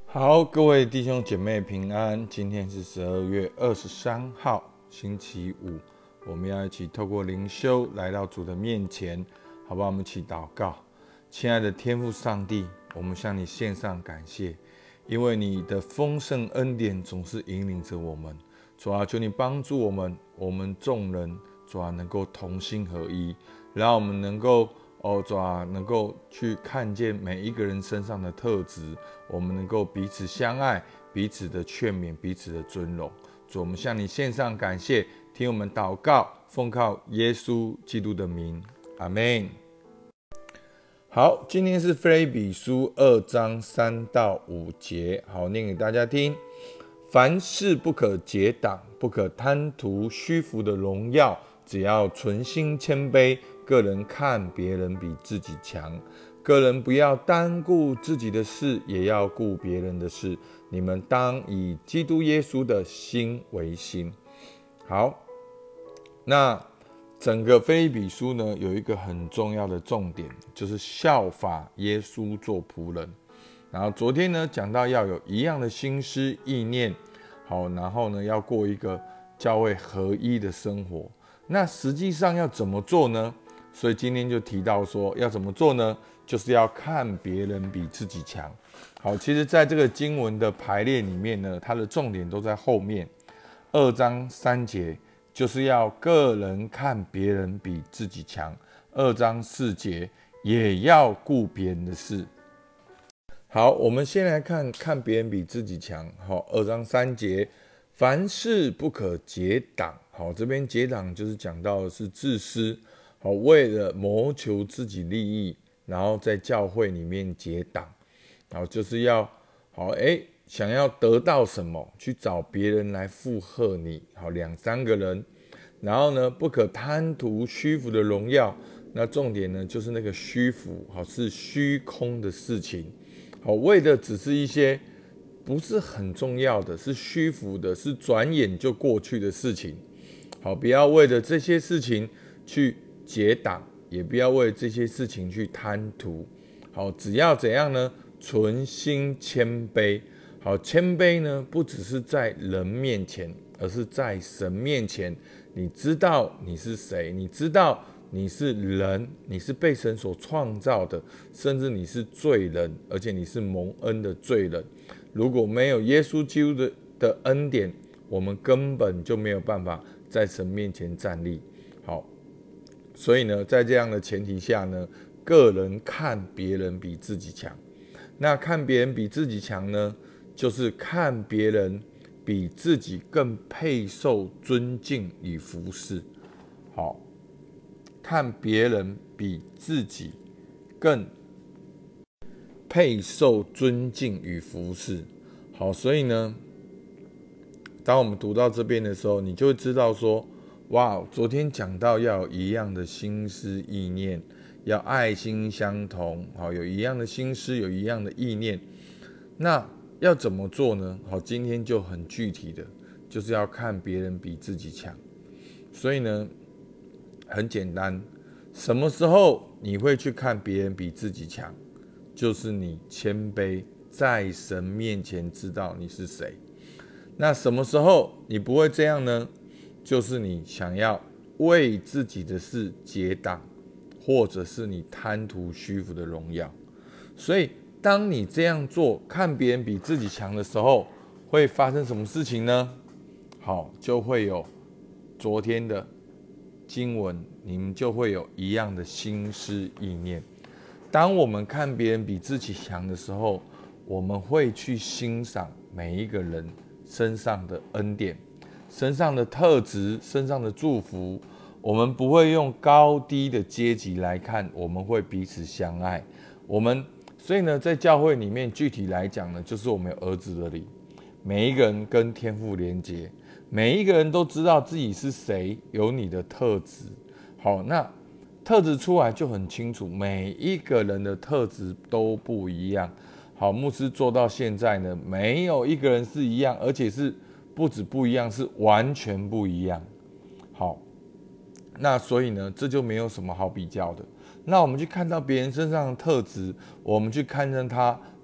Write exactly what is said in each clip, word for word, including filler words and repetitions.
好，各位弟兄姐妹平安。今天是十二月二十三号，星期五，我们要一起透过灵修来到主的面前，好不好？我们一起祷告。亲爱的天父上帝，我们向你献上感谢，因为你的丰盛恩典总是引领着我们。主啊，求你帮助我们，我们众人主啊能够同心合一，让我们能够哦，主啊，能够去看见每一个人身上的特质，我们能够彼此相爱，彼此的劝勉，彼此的尊荣。主，我们向你献上感谢，听我们祷告，奉靠耶稣基督的名，阿们。好，今天是腓立比书二章三到五节，好，念给大家听。凡事不可结党，不可贪图虚浮的荣耀，只要存心谦卑，个人看别人比自己强，个人不要单顾自己的事，也要顾别人的事。你们当以基督耶稣的心为心。好，那整个腓立比书呢，有一个很重要的重点，就是效法耶稣做仆人。然后昨天呢，讲到要有一样的心思意念，好，然后呢，要过一个教会合一的生活。那实际上要怎么做呢？所以今天就提到说，要怎么做呢？就是要看别人比自己强。好，其实在这个经文的排列里面呢，它的重点都在后面。二章三节就是要个人看别人比自己强。二章四节也要顾别人的事。好，我们先来看看别人比自己强。好，二章三节，凡事不可结党。好，这边结党就是讲到的是自私。好，为了谋求自己利益，然后在教会里面结党。好，就是要好哎，想要得到什么，去找别人来附和你。好，两三个人，然后呢，不可贪图虚浮的荣耀。那重点呢，就是那个虚浮，好，是虚空的事情。好，为的只是一些不是很重要的，是虚浮的，是转眼就过去的事情。好，不要为了这些事情去结党，也不要为这些事情去贪图。好，只要怎样呢？存心谦卑。好，谦卑呢，不只是在人面前，而是在神面前。你知道你是谁，你知道你是人，你是被神所创造的，甚至你是罪人，而且你是蒙恩的罪人。如果没有耶稣基督 的, 的恩典，我们根本就没有办法在神面前站立。好，所以呢，在这样的前提下呢，个人看别人比自己强。那看别人比自己强呢，就是看别人比自己更配受尊敬与服侍。好，看别人比自己更配受尊敬与服侍。好，所以呢，当我们读到这边的时候，你就会知道说，哇，昨天讲到要有一样的心思意念，要爱心相同，好，有一样的心思，有一样的意念。那要怎么做呢？好，今天就很具体的，就是要看别人比自己强。所以呢，很简单，什么时候你会去看别人比自己强？就是你谦卑，在神面前知道你是谁。那什么时候你不会这样呢？就是你想要为自己的事结党，或者是你贪图虚浮的荣耀。所以当你这样做，看别人比自己强的时候，会发生什么事情呢？好，就会有昨天的经文，你们就会有一样的心思意念。当我们看别人比自己强的时候，我们会去欣赏每一个人身上的恩典，身上的特质，身上的祝福。我们不会用高低的阶级来看，我们会彼此相爱。我们所以呢，在教会里面具体来讲呢，就是我们有儿子的理，每一个人跟天父连结，每一个人都知道自己是谁，有你的特质。好，那特质出来就很清楚，每一个人的特质都不一样。好，牧师做到现在呢，没有一个人是一样，而且是不止不一样，是完全不一样。好，那所以呢，这就没有什么好比较的。那我们去看到别人身上的特质，我们去看见他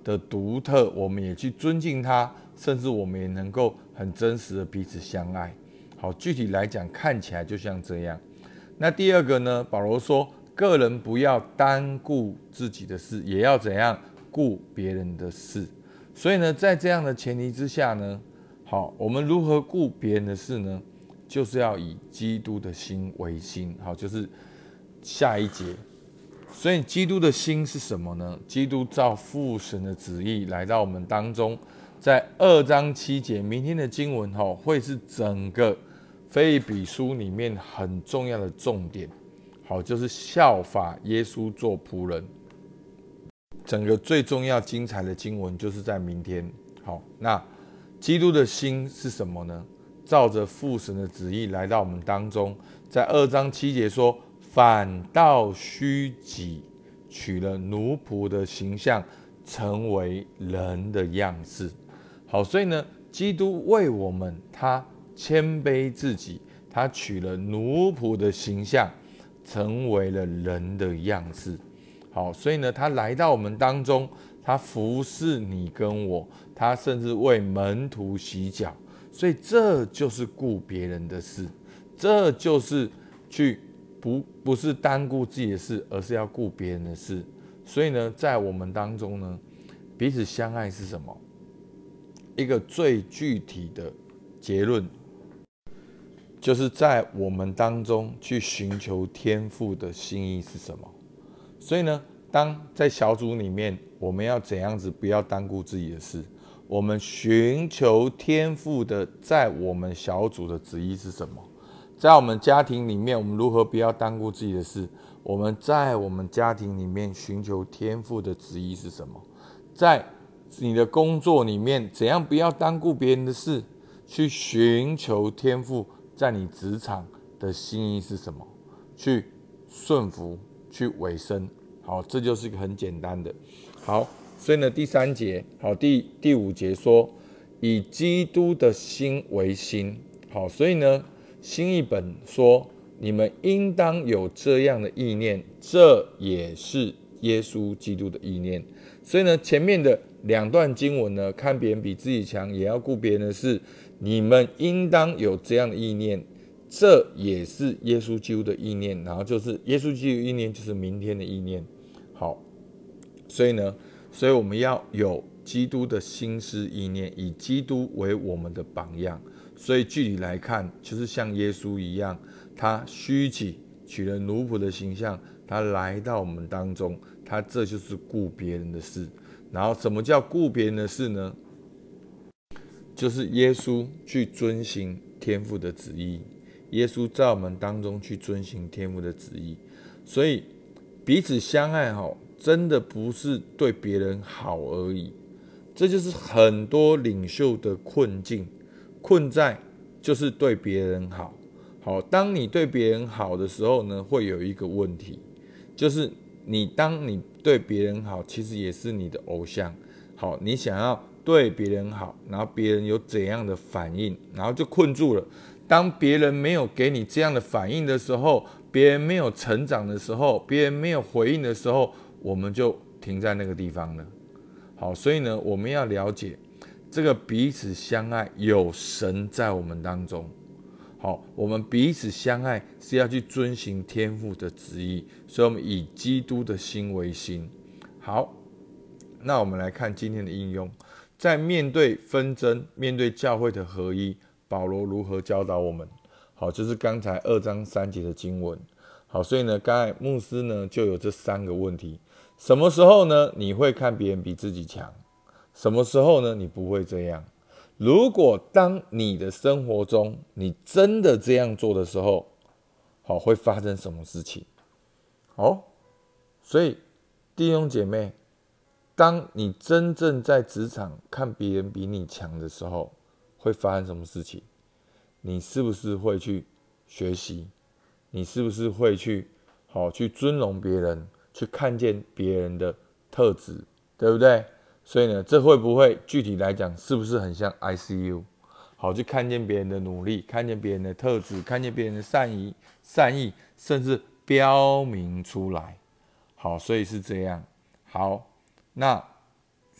的独特，我们也去尊敬他，甚至我们也能够很真实的彼此相爱。好，具体来讲，看起来就像这样。那第二个呢，保罗说，个人不要单顾自己的事，也要怎样顾别人的事。所以呢，在这样的前提之下呢，好，我们如何顾别人的事呢？就是要以基督的心为心。好，就是下一节。所以基督的心是什么呢？基督照父神的旨意来到我们当中，在二章七节，明天的经文吼会是整个腓立比书里面很重要的重点。好，就是效法耶稣做仆人。整个最重要精彩的经文就是在明天。好，那基督的心是什么呢？照着父神的旨意来到我们当中，在二章七节说，反倒虚己，取了奴仆的形象，成为人的样式。好，所以呢，基督为我们，他谦卑自己，他取了奴仆的形象，成为了人的样式。好，所以呢，他来到我们当中，他服侍你跟我，他甚至为门徒洗脚。所以这就是顾别人的事，这就是去不不是单顾自己的事，而是要顾别人的事。所以呢，在我们当中呢，彼此相爱是什么？一个最具体的结论，就是在我们当中去寻求天父的心意是什么。所以呢，当在小组里面，我们要怎样子不要单顾自己的事？我们寻求天父的在我们小组的旨意是什么？在我们家庭里面，我们如何不要单顾自己的事？我们在我们家庭里面寻求天父的旨意是什么？在你的工作里面，怎样不要单顾别人的事？去寻求天父在你职场的心意是什么？去顺服，去委身。好，这就是一个很简单的。好。所以呢，第三节，好，第第五节说，以基督的心为心。好，所以呢，新译本说，你们应当有这样的意念，这也是耶稣基督的意念。所以呢，前面的两段经文呢，看别人比自己强，也要顾别人的事，你们应当有这样的意念，这也是耶稣基督的意念。然后就是耶稣基督的意念，就是明天的意念。好，所以呢。所以我们要有基督的心思意念，以基督为我们的榜样。所以具体来看，就是像耶稣一样，他虚己，取了奴仆的形象，他来到我们当中，他这就是顾别人的事。然后什么叫顾别人的事呢？就是耶稣去遵行天父的旨意，耶稣在我们当中去遵行天父的旨意。所以彼此相爱好。真的不是对别人好而已，这就是很多领袖的困境，困在就是对别人好。好，当你对别人好的时候呢，会有一个问题，就是你当你对别人好，其实也是你的偶像。好，你想要对别人好，然后别人有怎样的反应，然后就困住了。当别人没有给你这样的反应的时候，别人没有成长的时候，别人没有回应的时候，我们就停在那个地方了。好，所以呢，我们要了解这个彼此相爱，有神在我们当中。好，我们彼此相爱是要去遵行天父的旨意，所以我们以基督的心为心。好，那我们来看今天的应用，在面对纷争、面对教会的合一，保罗如何教导我们？好，就是刚才二章三节的经文。好，所以呢，刚才牧师呢就有这三个问题。什么时候呢？你会看别人比自己强？什么时候呢？你不会这样？如果当你的生活中你真的这样做的时候，好，会发生什么事情？哦，所以弟兄姐妹，当你真正在职场看别人比你强的时候，会发生什么事情？你是不是会去学习？你是不是会去好去尊荣别人？去看见别人的特质，对不对？所以呢，这会不会具体来讲，是不是很像 I C U？ 好，去看见别人的努力，看见别人的特质，看见别人的善意、善意，甚至标明出来。好，所以是这样。好，那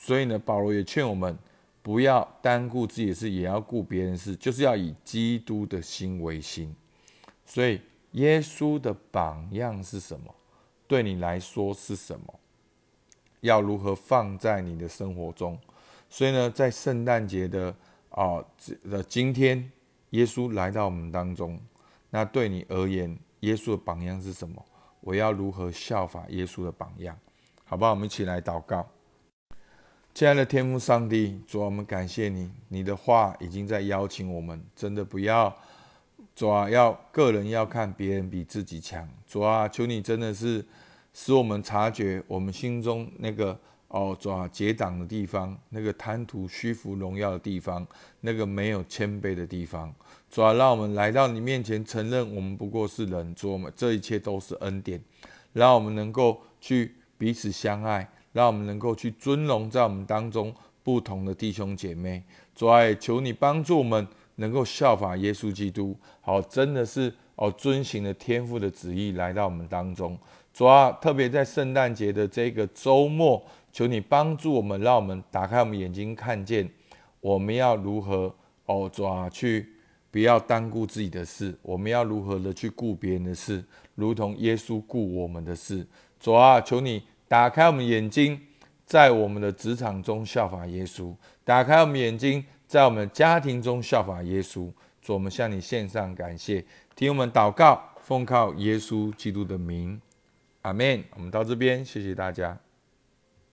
所以呢，保罗也劝我们不要单顾自己的事，也要顾别人的事，就是要以基督的心为心。所以耶稣的榜样是什么？对你来说是什么？要如何放在你的生活中？所以呢，在圣诞节的啊、的今天，耶稣来到我们当中。那对你而言，耶稣的榜样是什么？我要如何效法耶稣的榜样？好不好？我们一起来祷告。亲爱的天父上帝，主啊，我们感谢你，你的话已经在邀请我们，真的不要，主啊，要个人要看别人比自己强。主啊，求你真的是使我们察觉我们心中那个哦，主啊，结党的地方，那个贪图虚浮荣耀的地方，那个没有谦卑的地方。主啊，让我们来到你面前，承认我们不过是人，主，我们这一切都是恩典，让我们能够去彼此相爱。让我们能够去尊荣在我们当中不同的弟兄姐妹。主啊，也求你帮助我们能够效法耶稣基督，好，真的是哦，遵行了天父的旨意来到我们当中。主啊，特别在圣诞节的这个周末，求你帮助我们，让我们打开我们眼睛，看见我们要如何哦，主啊，去不要单顾自己的事，我们要如何的去顾别人的事，如同耶稣顾我们的事。主啊，求你打开我们眼睛，在我们的职场中效法耶稣；打开我们眼睛，在我们的家庭中效法耶稣。主，我们向你献上感谢，听我们祷告，奉靠耶稣基督的名，阿们。我们到这边，谢谢大家。